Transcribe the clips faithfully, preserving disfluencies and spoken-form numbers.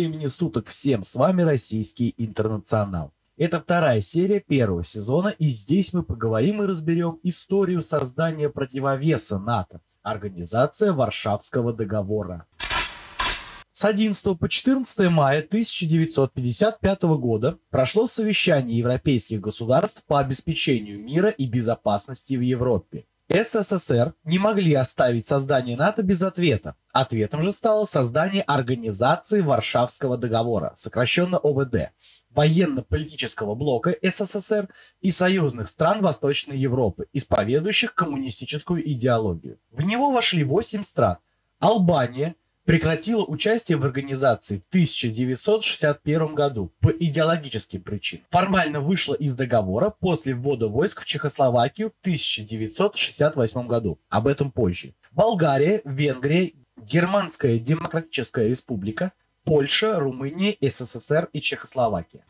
времени суток всем, с вами Российский Интернационал. Это вторая серия первого сезона, и здесь мы поговорим и разберем историю создания противовеса НАТО, Организация Варшавского договора. С одиннадцатого по четырнадцатое мая тысяча девятьсот пятьдесят пятого года прошло совещание европейских государств по обеспечению мира и безопасности в Европе. СССР не могли оставить создание НАТО без ответа. Ответом же стало создание Организации Варшавского договора, сокращенно о вэ дэ, военно-политического блока СССР и союзных стран Восточной Европы, исповедующих коммунистическую идеологию. В него вошли восемь стран. Албания прекратила участие в организации в тысяча девятьсот шестьдесят первом году по идеологическим причинам. Формально вышла из договора после ввода войск в Чехословакию в тысяча девятьсот шестьдесят восьмом году. Об этом позже. Болгария, Венгрия, Германская Демократическая Республика, Польша, Румыния, СССР и Чехословакия.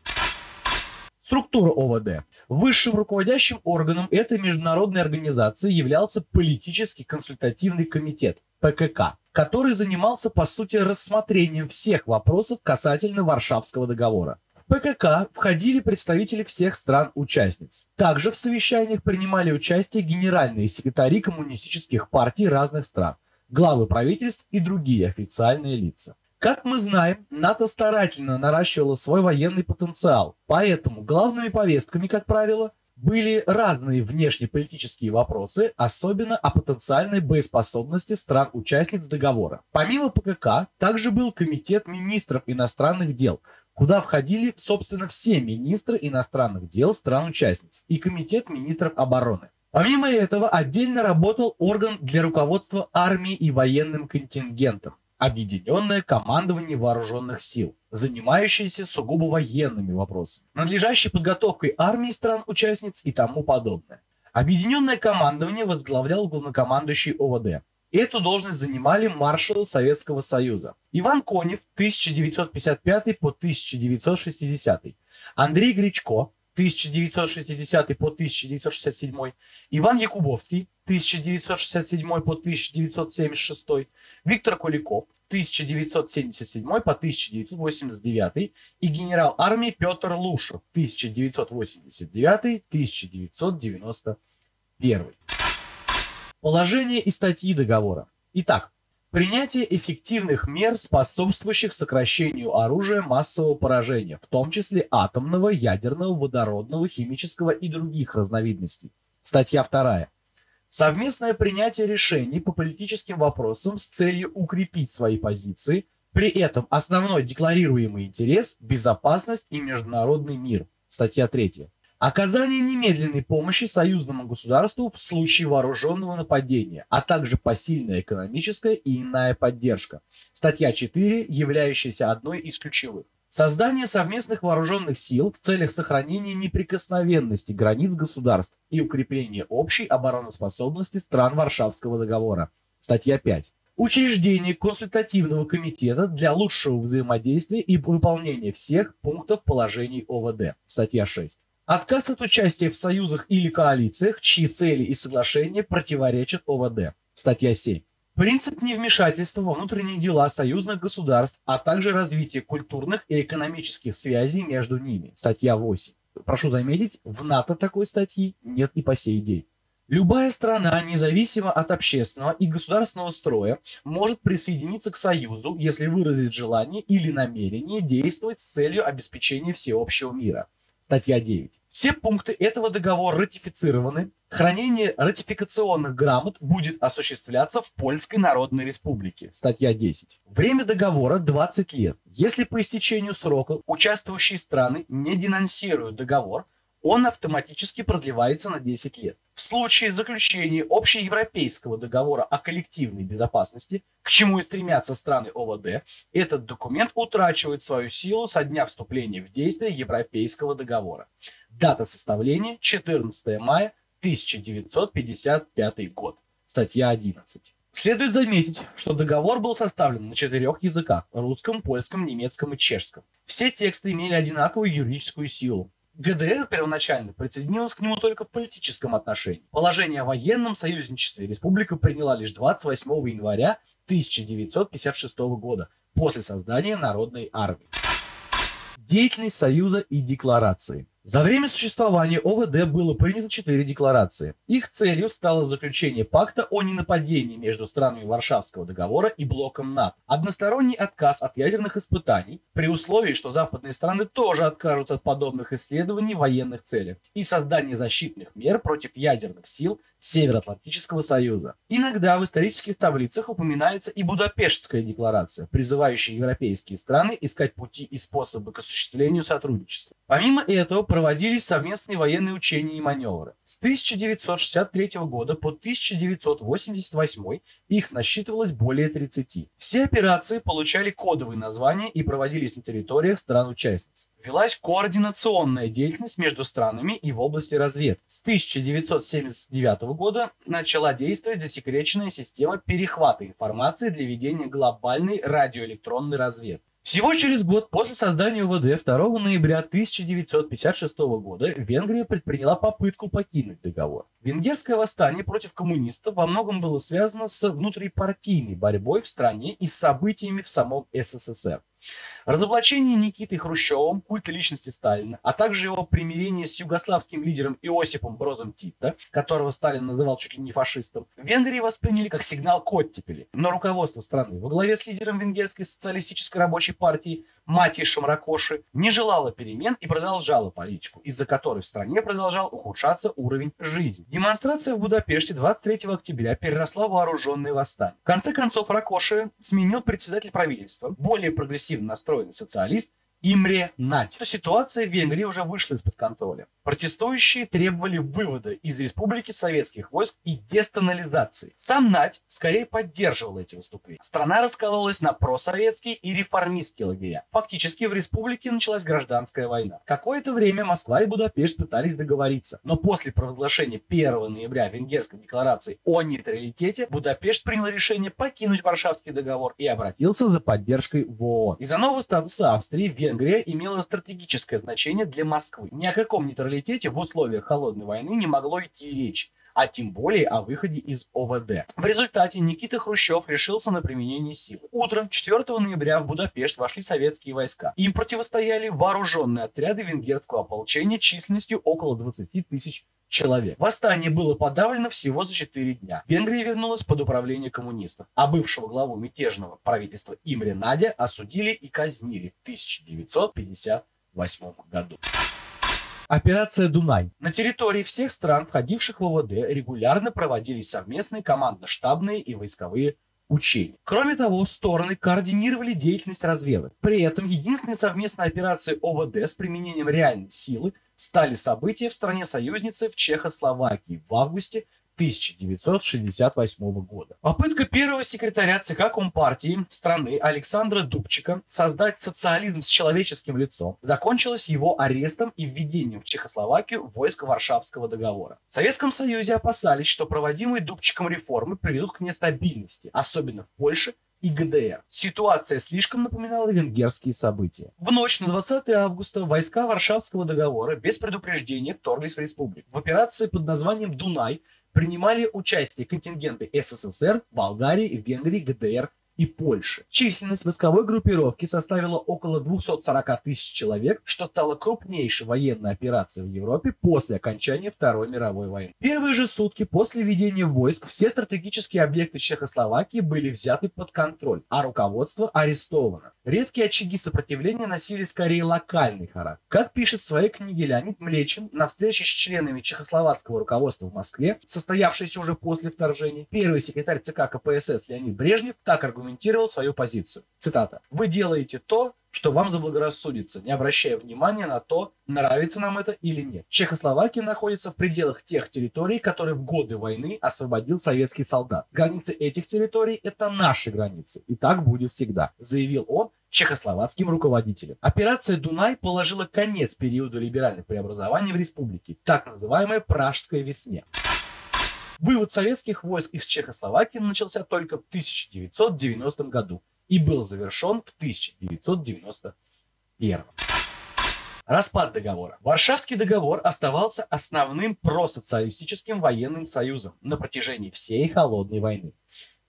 Структура о вэ дэ. Высшим руководящим органом этой международной организации являлся Политический консультативный комитет, пэ ка ка, который занимался, по сути, рассмотрением всех вопросов касательно Варшавского договора. В пэ ка ка входили представители всех стран-участниц. Также в совещаниях принимали участие генеральные секретари коммунистических партий разных стран, главы правительств и другие официальные лица. Как мы знаем, НАТО старательно наращивало свой военный потенциал, поэтому главными повестками, как правило, были разные внешнеполитические вопросы, особенно о потенциальной боеспособности стран-участниц договора. Помимо пэ ка ка, также был Комитет министров иностранных дел, куда входили, собственно, все министры иностранных дел стран-участниц и Комитет министров обороны. Помимо этого, отдельно работал орган для руководства армией и военным контингентом, Объединенное командование вооруженных сил, занимающееся сугубо военными вопросами, надлежащей подготовкой армии стран-участниц и тому подобное. Объединенное командование возглавлял главнокомандующий о вэ дэ. Эту должность занимали маршалы Советского Союза: Иван Конев тысяча девятьсот пятьдесят пятый по тысяча девятьсот шестидесятый, Андрей Гречко тысяча девятьсот шестидесятый по тысяча девятьсот шестьдесят седьмой, Иван Якубовский тысяча девятьсот шестьдесят седьмой по тысяча девятьсот семьдесят шестой, Виктор Куликов тысяча девятьсот семьдесят седьмой по тысяча девятьсот восемьдесят девятый и генерал армии Петр Лушев тысяча девятьсот восемьдесят девятый — тысяча девятьсот девяносто первый. Положение и статьи договора. Итак, принятие эффективных мер, способствующих сокращению оружия массового поражения, в том числе атомного, ядерного, водородного, химического и других разновидностей. Статья вторая. Совместное принятие решений по политическим вопросам с целью укрепить свои позиции, при этом основной декларируемый интерес – безопасность и международный мир. Статья третья. Оказание немедленной помощи союзному государству в случае вооруженного нападения, а также посильная экономическая и иная поддержка. Статья четыре, являющаяся одной из ключевых. Создание совместных вооруженных сил в целях сохранения неприкосновенности границ государств и укрепления общей обороноспособности стран Варшавского договора. Статья пять. Учреждение консультативного комитета для лучшего взаимодействия и выполнения всех пунктов положений о вэ дэ. Статья шесть. Отказ от участия в союзах или коалициях, чьи цели и соглашения противоречат о вэ дэ. Статья семь. Принцип невмешательства во внутренние дела союзных государств, а также развитие культурных и экономических связей между ними. Статья восемь. Прошу заметить, в НАТО такой статьи нет и по сей день. Любая страна, независимо от общественного и государственного строя, может присоединиться к Союзу, если выразит желание или намерение действовать с целью обеспечения всеобщего мира. Статья девять. Все пункты этого договора ратифицированы. Хранение ратификационных грамот будет осуществляться в Польской Народной Республике. Статья десять. Время договора двадцать лет. Если по истечению срока участвующие страны не денонсируют договор, он автоматически продлевается на десять лет. В случае заключения общеевропейского договора о коллективной безопасности, к чему и стремятся страны о вэ дэ, этот документ утрачивает свою силу со дня вступления в действие Европейского договора. Дата составления четырнадцатое мая тысяча девятьсот пятьдесят пятый год. Статья одиннадцать. Следует заметить, что договор был составлен на четырех языках – русском, польском, немецком и чешском. Все тексты имели одинаковую юридическую силу. гэ дэ эр первоначально присоединилась к нему только в политическом отношении. Положение о военном союзничестве республика приняла лишь двадцать восьмого января тысяча девятьсот пятьдесят шестого года, после создания Народной армии. Деятельность Союза и декларации. За время существования ОВД было принято четыре декларации. Их целью стало заключение пакта о ненападении между странами Варшавского договора и блоком НАТО, односторонний отказ от ядерных испытаний при условии, что западные страны тоже откажутся от подобных исследований в военных целях, и создание защитных мер против ядерных сил Североатлантического союза. Иногда в исторических таблицах упоминается и Будапештская декларация, призывающая европейские страны искать пути и способы к осуществлению сотрудничества. Помимо этого, проводились совместные военные учения и маневры. С тысяча девятьсот шестьдесят третьего года по тысяча девятьсот восемьдесят восьмой их насчитывалось более тридцати. Все операции получали кодовые названия и проводились на территориях стран-участниц. Велась координационная деятельность между странами и в области разведки. С тысяча девятьсот семьдесят девятого года начала действовать засекреченная система перехвата информации для ведения глобальной радиоэлектронной разведки. Всего через год после создания ОВД второго ноября тысяча девятьсот пятьдесят шестого года Венгрия предприняла попытку покинуть договор. Венгерское восстание против коммунистов во многом было связано с внутрипартийной борьбой в стране и с событиями в самом СССР. Разоблачение Никитой Хрущевым культа личности Сталина, а также его примирение с югославским лидером Иосипом Брозом Тито, которого Сталин называл чуть ли не фашистом, в Венгрии восприняли как сигнал к оттепели. Но руководство страны во главе с лидером Венгерской социалистической рабочей партии Матиешем Ракоши не желало перемен и продолжало политику, из-за которой в стране продолжал ухудшаться уровень жизни. Демонстрация в Будапеште двадцать третьего октября переросла в вооруженное восстание. В конце концов Ракоши сменил председатель правительства, более прогрессивно настроенный социалист Имре Надь. Ситуация в Венгрии уже вышла из-под контроля. Протестующие требовали вывода из республики советских войск и десталинизации. Сам Надь скорее поддерживал эти выступления. Страна раскололась на просоветские и реформистские лагеря. Фактически в республике началась гражданская война. Какое-то время Москва и Будапешт пытались договориться, но после провозглашения первого ноября Венгерской декларации о нейтралитете Будапешт принял решение покинуть Варшавский договор и обратился за поддержкой в ООН. Из-за нового статуса Австрии Венгрия имела стратегическое значение для Москвы. Ни о каком нейтралитете в условиях холодной войны не могло идти речи, а тем более о выходе из ОВД. В результате Никита Хрущев решился на применение силы. Утром четвёртого ноября в Будапешт вошли советские войска. Им противостояли вооруженные отряды венгерского ополчения численностью около двадцати тысяч человек. Восстание было подавлено всего за четыре дня. Венгрия вернулась под управление коммунистов, а бывшего главу мятежного правительства Имре Надя осудили и казнили в тысяча девятьсот пятьдесят восьмом году. Операция «Дунай». На территории всех стран, входивших в ОВД, регулярно проводились совместные командно-штабные и войсковые учения. Кроме того, стороны координировали деятельность разведок. При этом единственной совместной операцией ОВД с применением реальной силы стали события в стране-союзнице в Чехословакии в августе тысяча девятьсот шестьдесят восьмого года. Попытка первого секретаря ЦК Компартии страны Александра Дубчика создать социализм с человеческим лицом закончилась его арестом и введением в Чехословакию войск Варшавского договора. В Советском Союзе опасались, что проводимые Дубчиком реформы приведут к нестабильности, особенно в Польше и ГДР. Ситуация слишком напоминала венгерские события. В ночь на двадцатое августа войска Варшавского договора без предупреждения вторглись в республику. В операции под названием «Дунай» принимали участие контингенты СССР, Болгарии, Венгрии, ГДР и Польши. Численность войсковой группировки составила около двухсот сорока тысяч человек, что стало крупнейшей военной операцией в Европе после окончания Второй мировой войны. Первые же сутки после введения войск все стратегические объекты Чехословакии были взяты под контроль, а руководство арестовано. Редкие очаги сопротивления носили скорее локальный характер. Как пишет в своей книге Леонид Млечин, на встрече с членами чехословацкого руководства в Москве, состоявшейся уже после вторжения, первый секретарь ЦК КПСС Леонид Брежнев так аргументировал свою позицию. Цитата. «Вы делаете то, что вам заблагорассудится, не обращая внимания на то, нравится нам это или нет. Чехословакия находится в пределах тех территорий, которые в годы войны освободил советский солдат. Границы этих территорий – это наши границы, и так будет всегда», заявил он чехословацким руководителям. Операция «Дунай» положила конец периоду либеральных преобразований в республике, так называемой Пражской весне. Вывод советских войск из Чехословакии начался только в тысяча девятьсот девяностом году и был завершен в тысяча девятьсот девяносто первом. Распад договора. Варшавский договор оставался основным просоциалистическим военным союзом на протяжении всей холодной войны.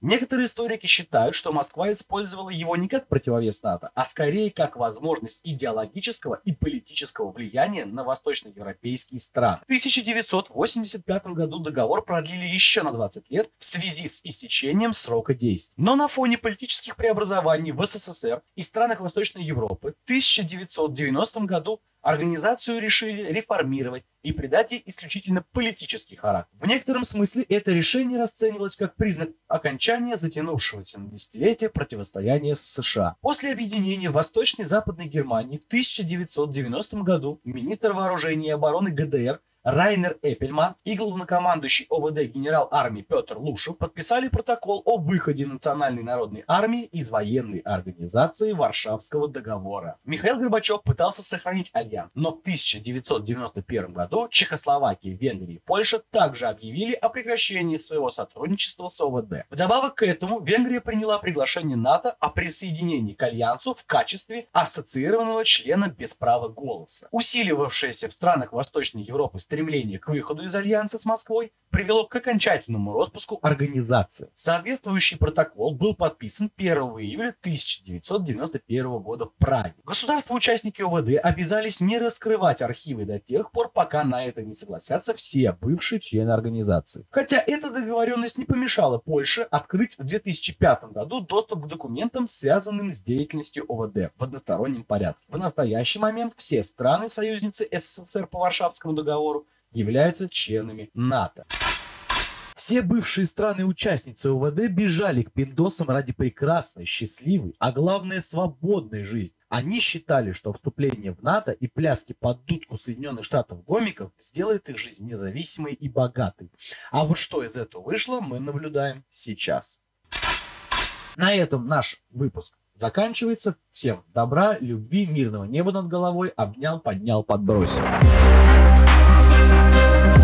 Некоторые историки считают, что Москва использовала его не как противовес НАТО, а скорее как возможность идеологического и политического влияния на восточноевропейские страны. В тысяча девятьсот восемьдесят пятом году договор продлили еще на двадцать лет в связи с истечением срока действия. Но на фоне политических преобразований в СССР и странах Восточной Европы в тысяча девятьсот девяностом году организацию решили реформировать и придать ей исключительно политический характер. В некотором смысле это решение расценивалось как признак окончания затянувшегося на десятилетия противостояния с США. После объединения Восточной и Западной Германии в тысяча девятьсот девяностом году министр вооружений и обороны ГДР Райнер Эппельман и главнокомандующий ОВД генерал армии Петр Лушев подписали протокол о выходе Национальной народной армии из военной организации Варшавского договора. Михаил Горбачев пытался сохранить альянс, но в тысяча девятьсот девяносто первом году Чехословакия, Венгрия и Польша также объявили о прекращении своего сотрудничества с ОВД. Вдобавок к этому Венгрия приняла приглашение НАТО о присоединении к альянсу в качестве ассоциированного члена без права голоса. Усиливавшееся в странах Восточной Европы стремление к выходу из альянса с Москвой привело к окончательному распуску организации. Соответствующий протокол был подписан первого июля тысяча девятьсот девяносто первого года в Праге. Государства-участники ОВД обязались не раскрывать архивы до тех пор, пока на это не согласятся все бывшие члены организации. Хотя эта договоренность не помешала Польше открыть в две тысячи пятом году доступ к документам, связанным с деятельностью ОВД в одностороннем порядке. В настоящий момент все страны-союзницы СССР по Варшавскому договору являются членами НАТО. Все бывшие страны-участницы ОВД бежали к пиндосам ради прекрасной, счастливой, а главное свободной жизни. Они считали, что вступление в НАТО и пляски под дудку Соединенных Штатов гомиков сделает их жизнь независимой и богатой. А вот что из этого вышло, мы наблюдаем сейчас. На этом наш выпуск заканчивается. Всем добра, любви, мирного неба над головой. Обнял, поднял, подбросил.